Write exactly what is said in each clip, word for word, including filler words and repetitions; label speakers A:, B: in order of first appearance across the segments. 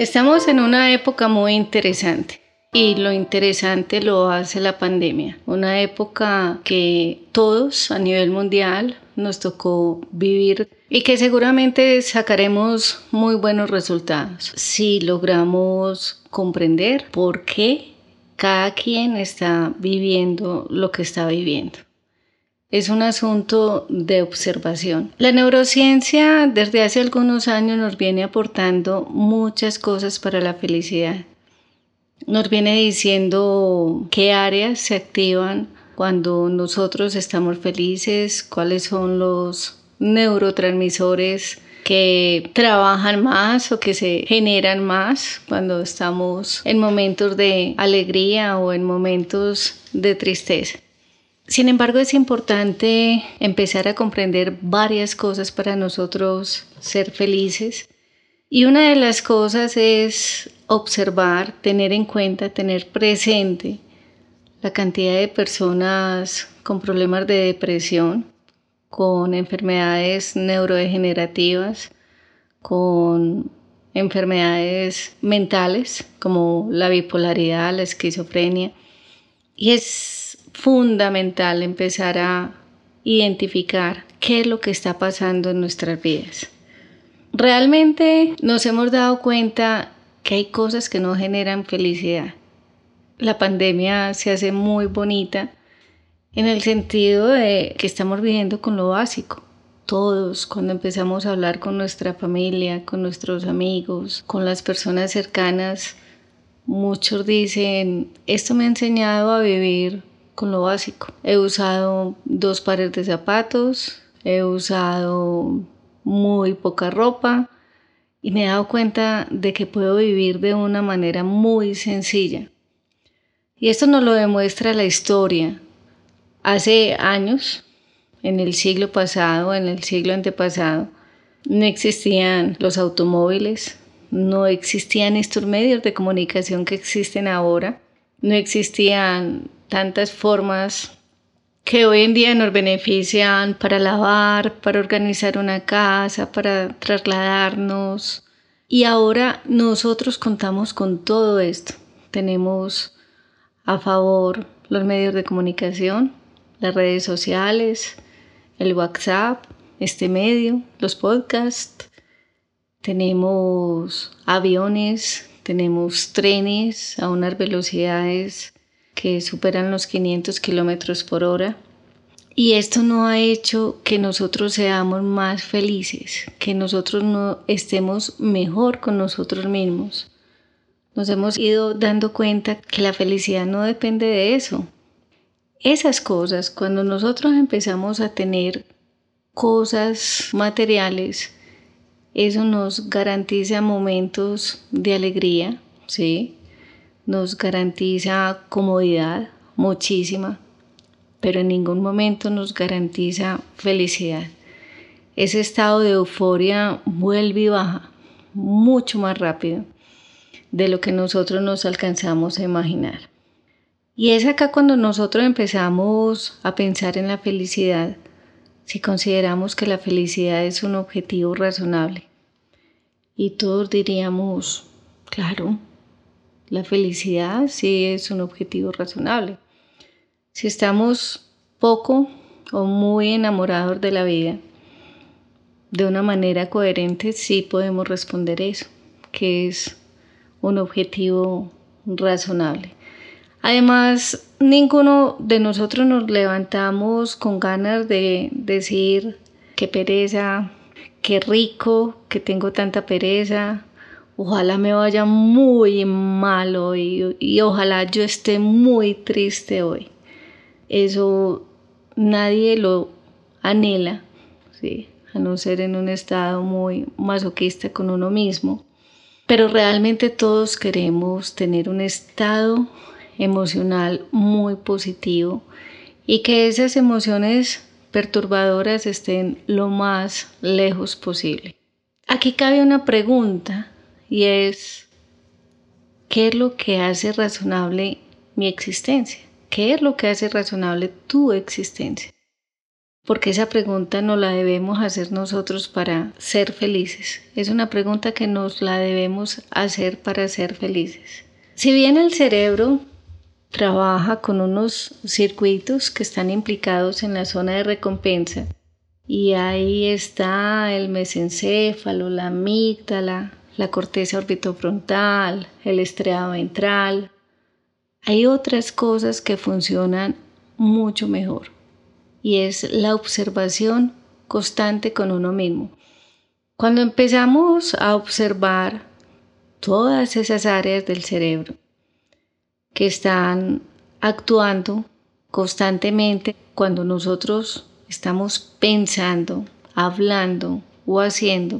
A: Estamos en una época muy interesante y lo interesante lo hace la pandemia, una época que todos a nivel mundial nos tocó vivir y que seguramente sacaremos muy buenos resultados si logramos comprender por qué cada quien está viviendo lo que está viviendo. Es un asunto de observación. La neurociencia desde hace algunos años nos viene aportando muchas cosas para la felicidad. Nos viene diciendo qué áreas se activan cuando nosotros estamos felices, cuáles son los neurotransmisores que trabajan más o que se generan más cuando estamos en momentos de alegría o en momentos de tristeza. Sin embargo, es importante empezar a comprender varias cosas para nosotros ser felices. Y una de las cosas es observar, tener en cuenta, tener presente la cantidad de personas con problemas de depresión, con enfermedades neurodegenerativas, con enfermedades mentales como la bipolaridad, la esquizofrenia. Y es fundamental empezar a identificar qué es lo que está pasando en nuestras vidas. Realmente nos hemos dado cuenta que hay cosas que no generan felicidad. La pandemia se hace muy bonita en el sentido de que estamos viviendo con lo básico. Todos, cuando empezamos a hablar con nuestra familia, con nuestros amigos, con las personas cercanas, muchos dicen, esto me ha enseñado a vivir con lo básico. He usado dos pares de zapatos, he usado muy poca ropa y me he dado cuenta de que puedo vivir de una manera muy sencilla. Y esto nos lo demuestra la historia. Hace años, en el siglo pasado, en el siglo antepasado, no existían los automóviles, no existían estos medios de comunicación que existen ahora, no existían tantas formas que hoy en día nos benefician para lavar, para organizar una casa, para trasladarnos. Y ahora nosotros contamos con todo esto. Tenemos a favor los medios de comunicación, las redes sociales, el WhatsApp, este medio, los podcasts. Tenemos aviones, tenemos trenes a unas velocidades que superan los quinientos kilómetros por hora. Y esto no ha hecho que nosotros seamos más felices, que nosotros no estemos mejor con nosotros mismos. Nos hemos ido dando cuenta que la felicidad no depende de eso. Esas cosas, cuando nosotros empezamos a tener cosas materiales, eso nos garantiza momentos de alegría, ¿sí? Nos garantiza comodidad, muchísima, pero en ningún momento nos garantiza felicidad. Ese estado de euforia vuelve y baja mucho más rápido de lo que nosotros nos alcanzamos a imaginar. Y es acá cuando nosotros empezamos a pensar en la felicidad, si consideramos que la felicidad es un objetivo razonable. Y todos diríamos, claro, la felicidad sí es un objetivo razonable. Si estamos poco o muy enamorados de la vida, de una manera coherente sí podemos responder eso, que es un objetivo razonable. Además, ninguno de nosotros nos levantamos con ganas de decir qué pereza, qué rico, que tengo tanta pereza, ojalá me vaya muy mal hoy y ojalá yo esté muy triste hoy. Eso nadie lo anhela, ¿sí? A no ser en un estado muy masoquista con uno mismo. Pero realmente todos queremos tener un estado emocional muy positivo y que esas emociones perturbadoras estén lo más lejos posible. Aquí cabe una pregunta y es, ¿qué es lo que hace razonable mi existencia? ¿Qué es lo que hace razonable tu existencia? porque esa pregunta nos la debemos hacer nosotros para ser felices. Es una pregunta que nos la debemos hacer para ser felices. Si bien el cerebro trabaja con unos circuitos que están implicados en la zona de recompensa, y ahí está el mesencéfalo, la amígdala, la corteza orbitofrontal, el estriado ventral. Hay otras cosas que funcionan mucho mejor, y es la observación constante con uno mismo. Cuando empezamos a observar todas esas áreas del cerebro que están actuando constantemente cuando nosotros estamos pensando, hablando o haciendo,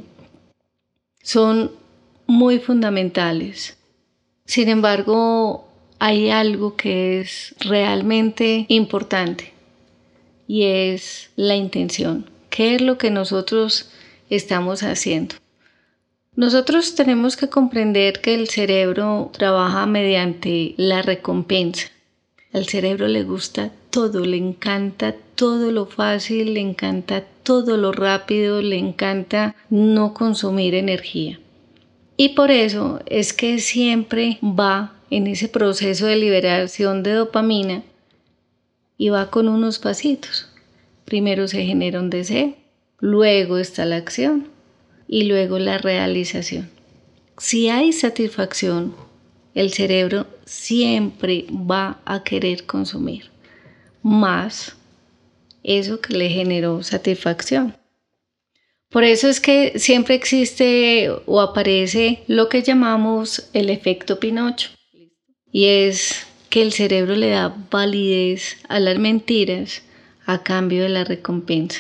A: son muy fundamentales. Sin embargo, hay algo que es realmente importante y es la intención. ¿Qué es lo que nosotros estamos haciendo? Nosotros tenemos que comprender que el cerebro trabaja mediante la recompensa. Al cerebro le gusta todo, le encanta todo lo fácil, le encanta todo lo rápido, le encanta no consumir energía. Y por eso es que siempre va en ese proceso de liberación de dopamina y va con unos pasitos. Primero se genera un deseo, luego está la acción y luego la realización. Si hay satisfacción, el cerebro siempre va a querer consumir más eso que le generó satisfacción. Por eso es que siempre existe o aparece lo que llamamos el efecto Pinocho, y es que el cerebro le da validez a las mentiras a cambio de la recompensa.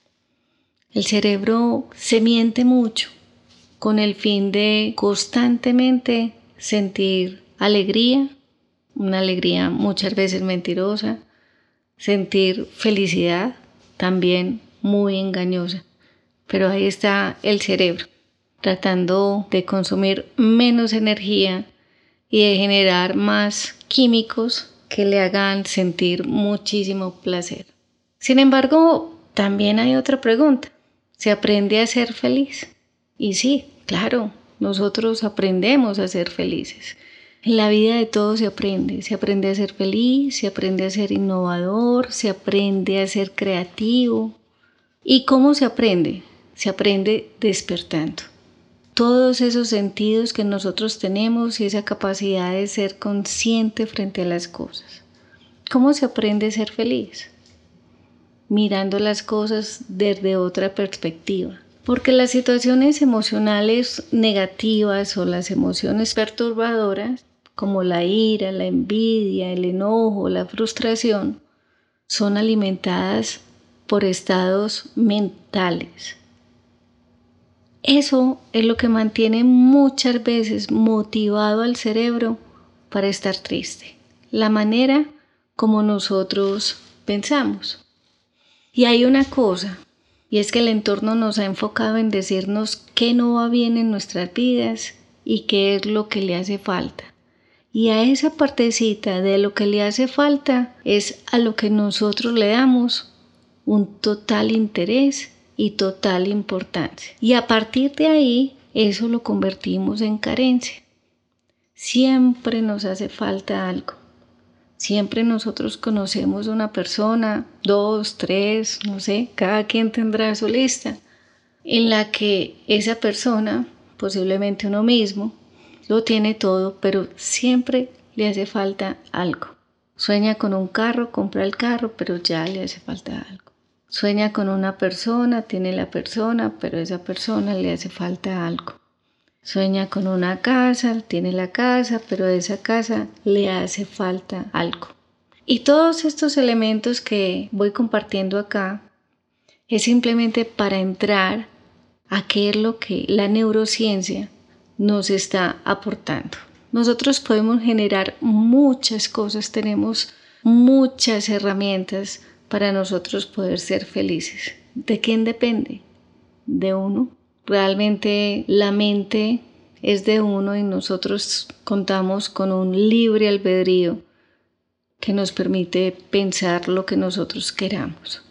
A: El cerebro se miente mucho con el fin de constantemente sentir alegría, una alegría muchas veces mentirosa, sentir felicidad, también muy engañosa. Pero ahí está el cerebro, tratando de consumir menos energía y de generar más químicos que le hagan sentir muchísimo placer. Sin embargo, también hay otra pregunta. ¿Se aprende a ser feliz? Y sí, claro, nosotros aprendemos a ser felices. En la vida de todo se aprende. Se aprende a ser feliz, se aprende a ser innovador, se aprende a ser creativo. ¿Y cómo se aprende? Se aprende despertando. Todos esos sentidos que nosotros tenemos y esa capacidad de ser consciente frente a las cosas. ¿Cómo se aprende a ser feliz? Mirando las cosas desde otra perspectiva. Porque las situaciones emocionales negativas o las emociones perturbadoras, como la ira, la envidia, el enojo, la frustración, son alimentadas por estados mentales. Eso es lo que mantiene muchas veces motivado al cerebro para estar triste. La manera como nosotros pensamos. Y hay una cosa, y es que el entorno nos ha enfocado en decirnos qué no va bien en nuestras vidas y qué es lo que le hace falta. Y a esa partecita de lo que le hace falta es a lo que nosotros le damos un total interés y total importancia. Y a partir de ahí, eso lo convertimos en carencia. Siempre nos hace falta algo. Siempre nosotros conocemos una persona, dos, tres, no sé, cada quien tendrá su lista, en la que esa persona, posiblemente uno mismo, lo tiene todo, pero siempre le hace falta algo. Sueña con un carro, compra el carro, pero ya le hace falta algo. Sueña con una persona, tiene la persona, pero a esa persona le hace falta algo. Sueña con una casa, tiene la casa, pero a esa casa le hace falta algo. Y todos estos elementos que voy compartiendo acá es simplemente para entrar a qué es lo que la neurociencia nos está aportando. Nosotros podemos generar muchas cosas, tenemos muchas herramientas para nosotros poder ser felices. ¿De quién depende? De uno. Realmente la mente es de uno y nosotros contamos con un libre albedrío que nos permite pensar lo que nosotros queramos.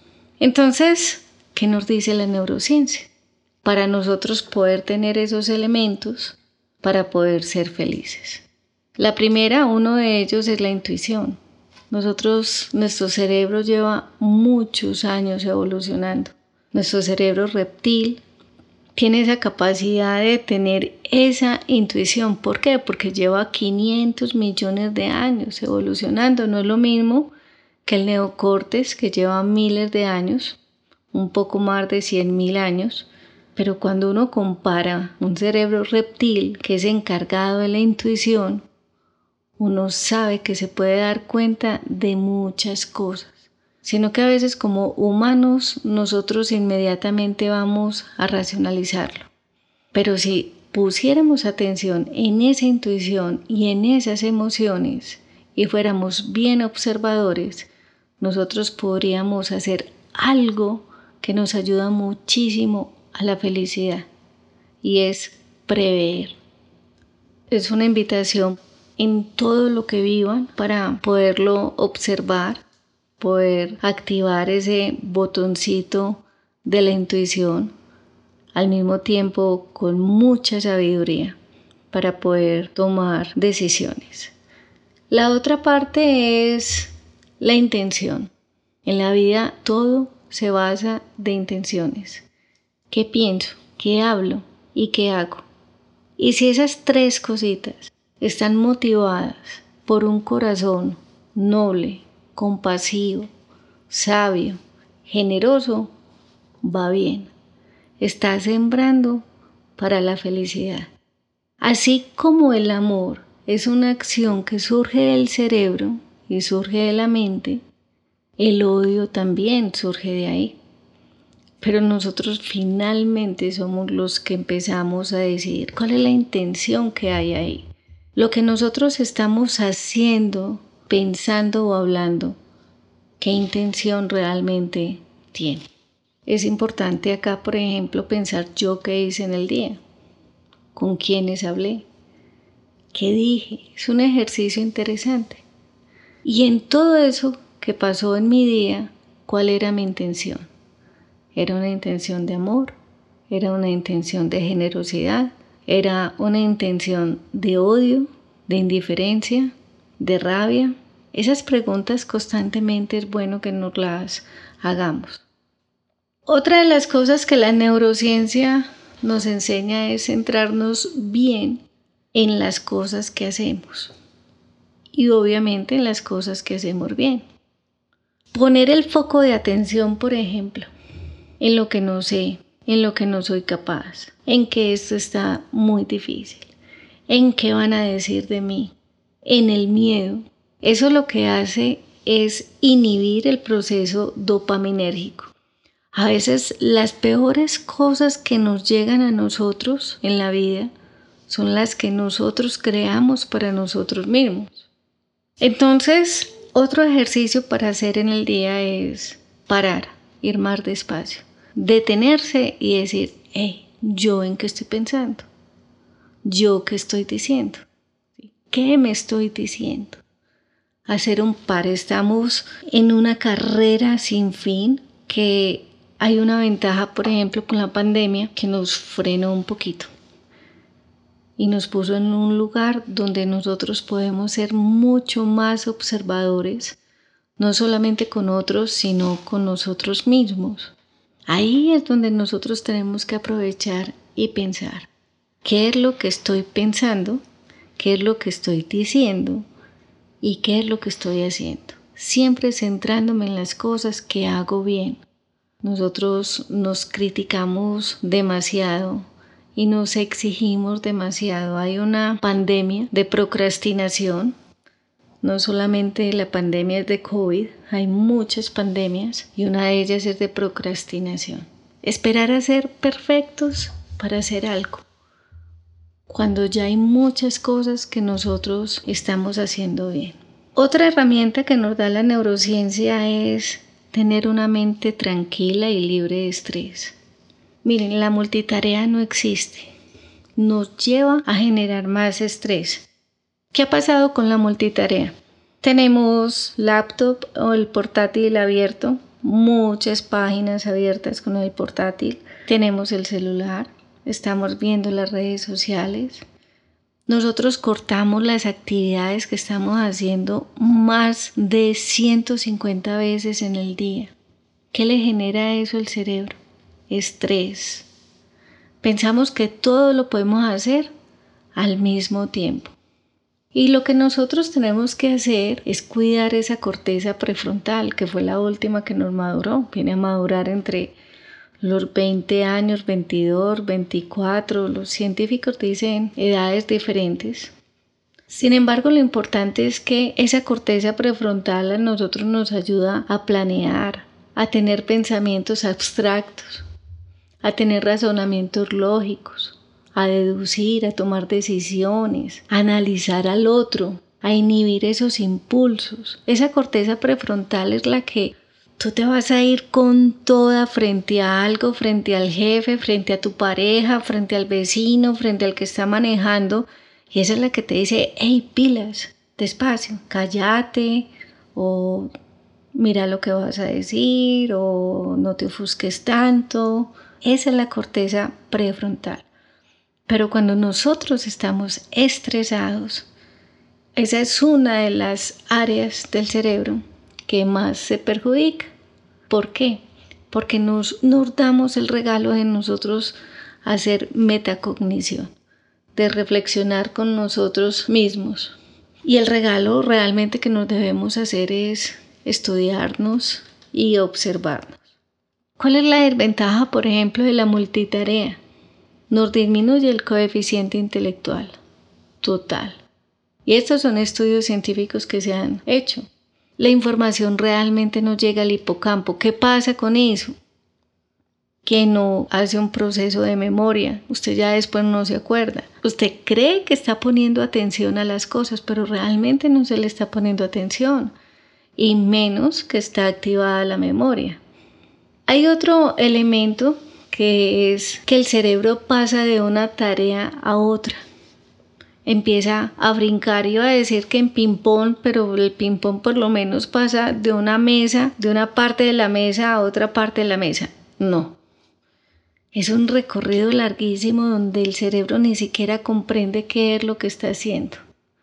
A: Entonces, ¿qué nos dice la neurociencia? Para nosotros poder tener esos elementos para poder ser felices. La primera, uno de ellos es la intuición. Nosotros, nuestro cerebro lleva muchos años evolucionando. Nuestro cerebro reptil tiene esa capacidad de tener esa intuición. ¿Por qué? Porque lleva quinientos millones de años evolucionando. No es lo mismo que el neocórtex, que lleva miles de años, un poco más de cien mil años. Pero cuando uno compara un cerebro reptil que es encargado de la intuición, uno sabe que se puede dar cuenta de muchas cosas, sino que a veces como humanos nosotros inmediatamente vamos a racionalizarlo. Pero si pusiéramos atención en esa intuición y en esas emociones y fuéramos bien observadores, nosotros podríamos hacer algo que nos ayuda muchísimo a la felicidad, y es prever. Es una invitación en todo lo que vivan para poderlo observar, poder activar ese botoncito de la intuición, al mismo tiempo con mucha sabiduría para poder tomar decisiones. La otra parte es la intención. En la vida todo se basa de intenciones. ¿Qué pienso? ¿Qué hablo? ¿Y qué hago? Y si esas tres cositas están motivadas por un corazón noble, compasivo, sabio, generoso, va bien. Está sembrando para la felicidad. Así como el amor es una acción que surge del cerebro y surge de la mente, el odio también surge de ahí. Pero nosotros finalmente somos los que empezamos a decidir cuál es la intención que hay ahí. Lo que nosotros estamos haciendo, pensando o hablando, ¿qué intención realmente tiene? Es importante acá, por ejemplo, pensar yo qué hice en el día, con quiénes hablé, qué dije. Es un ejercicio interesante. Y en todo eso que pasó en mi día, ¿cuál era mi intención? ¿Era una intención de amor? ¿Era una intención de generosidad? ¿Era una intención de odio, de indiferencia, de rabia? Esas preguntas constantemente es bueno que nos las hagamos. Otra de las cosas que la neurociencia nos enseña es centrarnos bien en las cosas que hacemos y obviamente en las cosas que hacemos bien. Poner el foco de atención, por ejemplo, en lo que no sé, en lo que no soy capaz, en que esto está muy difícil, en qué van a decir de mí, en el miedo. Eso lo que hace es inhibir el proceso dopaminérgico. A veces las peores cosas que nos llegan a nosotros en la vida son las que nosotros creamos para nosotros mismos. Entonces, otro ejercicio para hacer en el día es parar, ir más despacio. Detenerse y decir, hey, ¿yo en qué estoy pensando? ¿Yo qué estoy diciendo? ¿Qué me estoy diciendo? Hacer un par. Estamos en una carrera sin fin que hay una ventaja, por ejemplo, con la pandemia que nos frenó un poquito y nos puso en un lugar donde nosotros podemos ser mucho más observadores, no solamente con otros, sino con nosotros mismos. Ahí es donde nosotros tenemos que aprovechar y pensar qué es lo que estoy pensando, qué es lo que estoy diciendo y qué es lo que estoy haciendo. Siempre centrándome en las cosas que hago bien. Nosotros nos criticamos demasiado y nos exigimos demasiado. Hay una pandemia de procrastinación. No solamente la pandemia es de COVID, hay muchas pandemias y una de ellas es de procrastinación. Esperar a ser perfectos para hacer algo, cuando ya hay muchas cosas que nosotros estamos haciendo bien. Otra herramienta que nos da la neurociencia es tener una mente tranquila y libre de estrés. Miren, la multitarea no existe. Nos lleva a generar más estrés. ¿Qué ha pasado con la multitarea? Tenemos laptop o el portátil abierto muchas páginas abiertas con el portátil, tenemos el celular, estamos viendo las redes sociales. Nosotros cortamos las actividades que estamos haciendo más de ciento cincuenta veces en el día. ¿Qué le genera eso al cerebro? Estrés. Pensamos que todo lo podemos hacer al mismo tiempo. Y lo que nosotros tenemos que hacer es cuidar esa corteza prefrontal, que fue la última que nos maduró. Viene a madurar entre los veinte años, veintidós, veinticuatro, los científicos dicen edades diferentes. Sin embargo, lo importante es que esa corteza prefrontal a nosotros nos ayuda a planear, a tener pensamientos abstractos, a tener razonamientos lógicos, a deducir, a tomar decisiones, a analizar al otro, a inhibir esos impulsos. Esa corteza prefrontal es la que tú te vas a ir con toda frente a algo, frente al jefe, frente a tu pareja, frente al vecino, frente al que está manejando, y esa es la que te dice, hey, pilas, despacio, cállate, o mira lo que vas a decir, o no te ofusques tanto. Esa es la corteza prefrontal. Pero cuando nosotros estamos estresados, esa es una de las áreas del cerebro que más se perjudica. ¿Por qué? Porque nos, nos damos el regalo de nosotros hacer metacognición, de reflexionar con nosotros mismos. Y el regalo realmente que nos debemos hacer es estudiarnos y observarnos. ¿Cuál es la desventaja, por ejemplo, de la multitarea? Nos disminuye el coeficiente intelectual total. Y estos son estudios científicos que se han hecho. La información realmente no llega al hipocampo. ¿Qué pasa con eso? Que no hace un proceso de memoria. Usted ya después no se acuerda. Usted cree que está poniendo atención a las cosas, pero realmente no se le está poniendo atención. Y menos que está activada la memoria. Hay otro elemento que es que el cerebro pasa de una tarea a otra. Empieza a brincar, iba a decir que en ping-pong, pero el ping-pong por lo menos pasa de una mesa, de una parte de la mesa a otra parte de la mesa. No. Es un recorrido larguísimo donde el cerebro ni siquiera comprende qué es lo que está haciendo.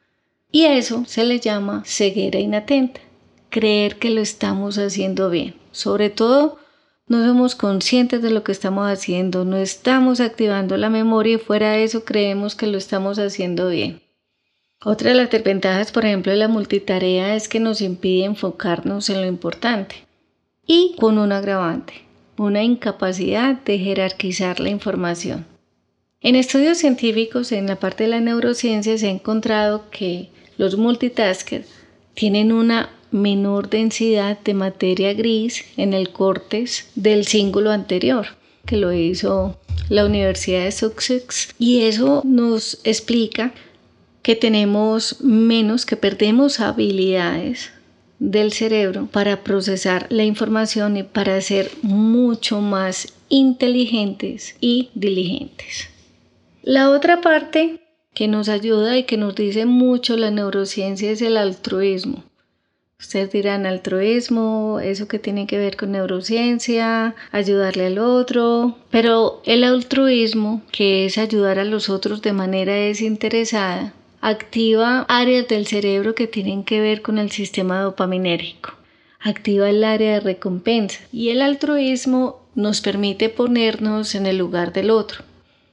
A: Y a eso se le llama ceguera inatenta, creer que lo estamos haciendo bien. Sobre todo, no somos conscientes de lo que estamos haciendo, no estamos activando la memoria y fuera de eso creemos que lo estamos haciendo bien. Otra de las desventajas, por ejemplo, de la multitarea es que nos impide enfocarnos en lo importante. Y con un agravante, una incapacidad de jerarquizar la información. En estudios científicos, en la parte de la neurociencia, se ha encontrado que los multitaskers tienen una menor densidad de materia gris en el córtex del cíngulo anterior, que lo hizo la Universidad de Sussex, y eso nos explica que tenemos menos, que perdemos habilidades del cerebro para procesar la información y para ser mucho más inteligentes y diligentes. La otra parte que nos ayuda y que nos dice mucho la neurociencia es el altruismo. Ustedes dirán, altruismo, eso que tiene que ver con neurociencia, ayudarle al otro, pero el altruismo, que es ayudar a los otros de manera desinteresada, activa áreas del cerebro que tienen que ver con el sistema dopaminérgico, activa el área de recompensa y el altruismo nos permite ponernos en el lugar del otro.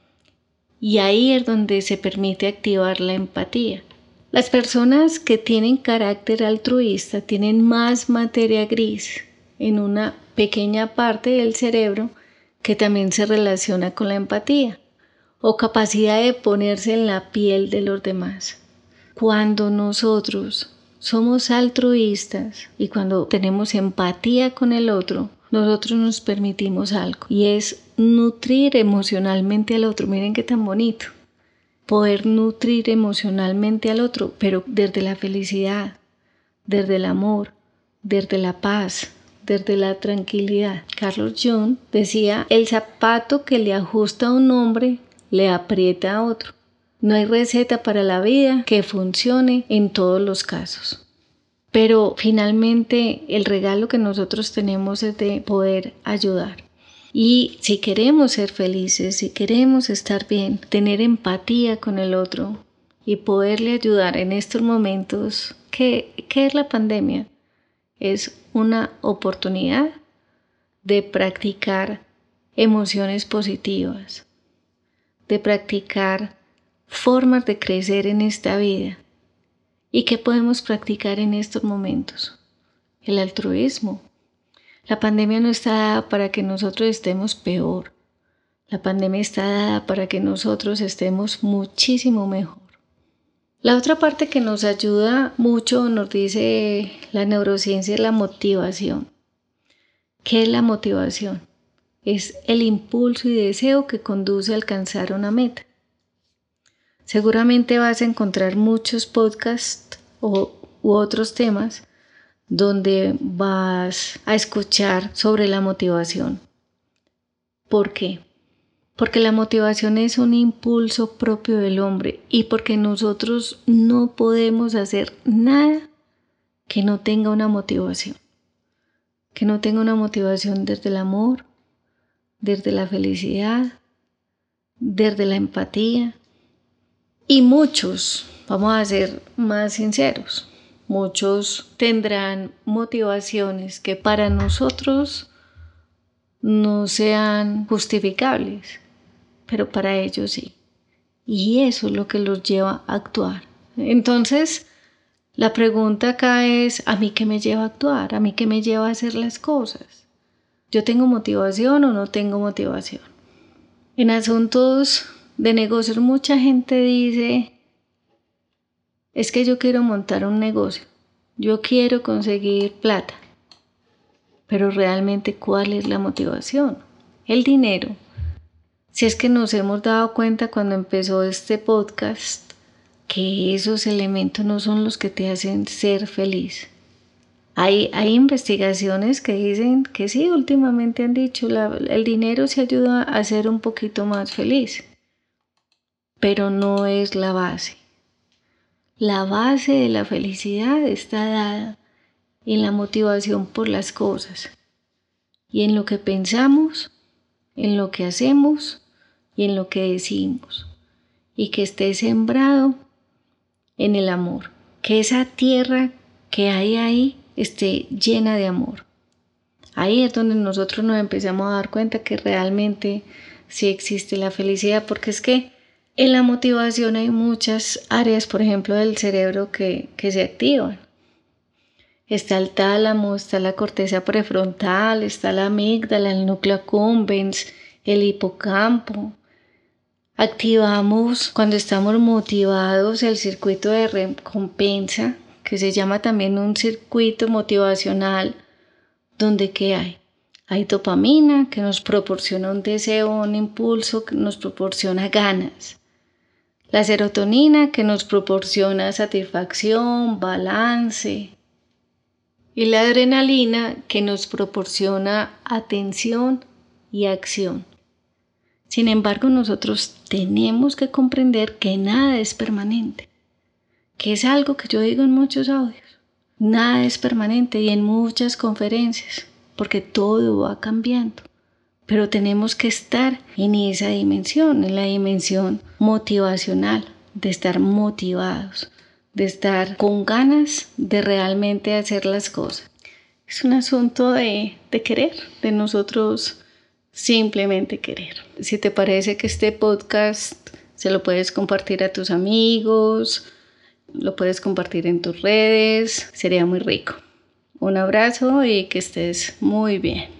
A: Y ahí es donde se permite activar la empatía. Las personas que tienen carácter altruista tienen más materia gris en una pequeña parte del cerebro que también se relaciona con la empatía o capacidad de ponerse en la piel de los demás. Cuando nosotros somos altruistas y cuando tenemos empatía con el otro, nosotros nos permitimos algo y es nutrir emocionalmente al otro. Miren qué tan bonito. Poder nutrir emocionalmente al otro, pero desde la felicidad, desde el amor, desde la paz, desde la tranquilidad. Carlos Jung decía, el zapato que le ajusta a un hombre le aprieta a otro. No hay receta para la vida que funcione en todos los casos. Pero finalmente el regalo que nosotros tenemos es de poder ayudar. Y si queremos ser felices, si queremos estar bien, tener empatía con el otro y poderle ayudar en estos momentos, ¿qué, qué es la pandemia? Es una oportunidad de practicar emociones positivas, de practicar formas de crecer en esta vida. ¿Y qué podemos practicar en estos momentos? El altruismo. La pandemia no está dada para que nosotros estemos peor. La pandemia está dada para que nosotros estemos muchísimo mejor. La otra parte que nos ayuda mucho, nos dice la neurociencia, es la motivación. ¿Qué es la motivación? Es el impulso y deseo que conduce a alcanzar una meta. Seguramente vas a encontrar muchos podcasts o, u otros temas donde vas a escuchar sobre la motivación. ¿Por qué? Porque la motivación es un impulso propio del hombre y porque nosotros no podemos hacer nada que no tenga una motivación. Que no tenga una motivación desde el amor, desde la felicidad, desde la empatía. Y muchos, vamos a ser más sinceros, muchos tendrán motivaciones que para nosotros no sean justificables, pero para ellos sí. Y eso es lo que los lleva a actuar. Entonces, la pregunta acá es, ¿a mí qué me lleva a actuar? ¿A mí qué me lleva a hacer las cosas? ¿Yo tengo motivación o no tengo motivación? En asuntos de negocios mucha gente dice, es que yo quiero montar un negocio, yo quiero conseguir plata, pero realmente ¿cuál es la motivación? El dinero. Si es que nos hemos dado cuenta cuando empezó este podcast que esos elementos no son los que te hacen ser feliz. Hay, hay investigaciones que dicen que sí, últimamente han dicho, la, el dinero se ayuda a ser un poquito más feliz. Pero no es la base. La base de la felicidad está dada en la motivación por las cosas y en lo que pensamos, en lo que hacemos y en lo que decimos, y que esté sembrado en el amor, que esa tierra que hay ahí esté llena de amor. Ahí es donde nosotros nos empezamos a dar cuenta que realmente sí existe la felicidad, porque es que en la motivación hay muchas áreas, por ejemplo, del cerebro que, que se activan. Está el tálamo, está la corteza prefrontal, está la amígdala, el núcleo accumbens, el hipocampo. Activamos cuando estamos motivados el circuito de recompensa, que se llama también un circuito motivacional, donde ¿qué hay? Hay dopamina que nos proporciona un deseo, un impulso, que nos proporciona ganas. La serotonina que nos proporciona satisfacción, balance. Y la adrenalina que nos proporciona atención y acción. Sin embargo, nosotros tenemos que comprender que nada es permanente, que es algo que yo digo en muchos audios. Nada es permanente y en muchas conferencias, porque todo va cambiando. Pero tenemos que estar en esa dimensión, en la dimensión motivacional, de estar motivados, de estar con ganas de realmente hacer las cosas. Es un asunto de, de querer, de nosotros simplemente querer. Si te parece que este podcast se lo puedes compartir a tus amigos, lo puedes compartir en tus redes, sería muy rico. Un abrazo y que estés muy bien.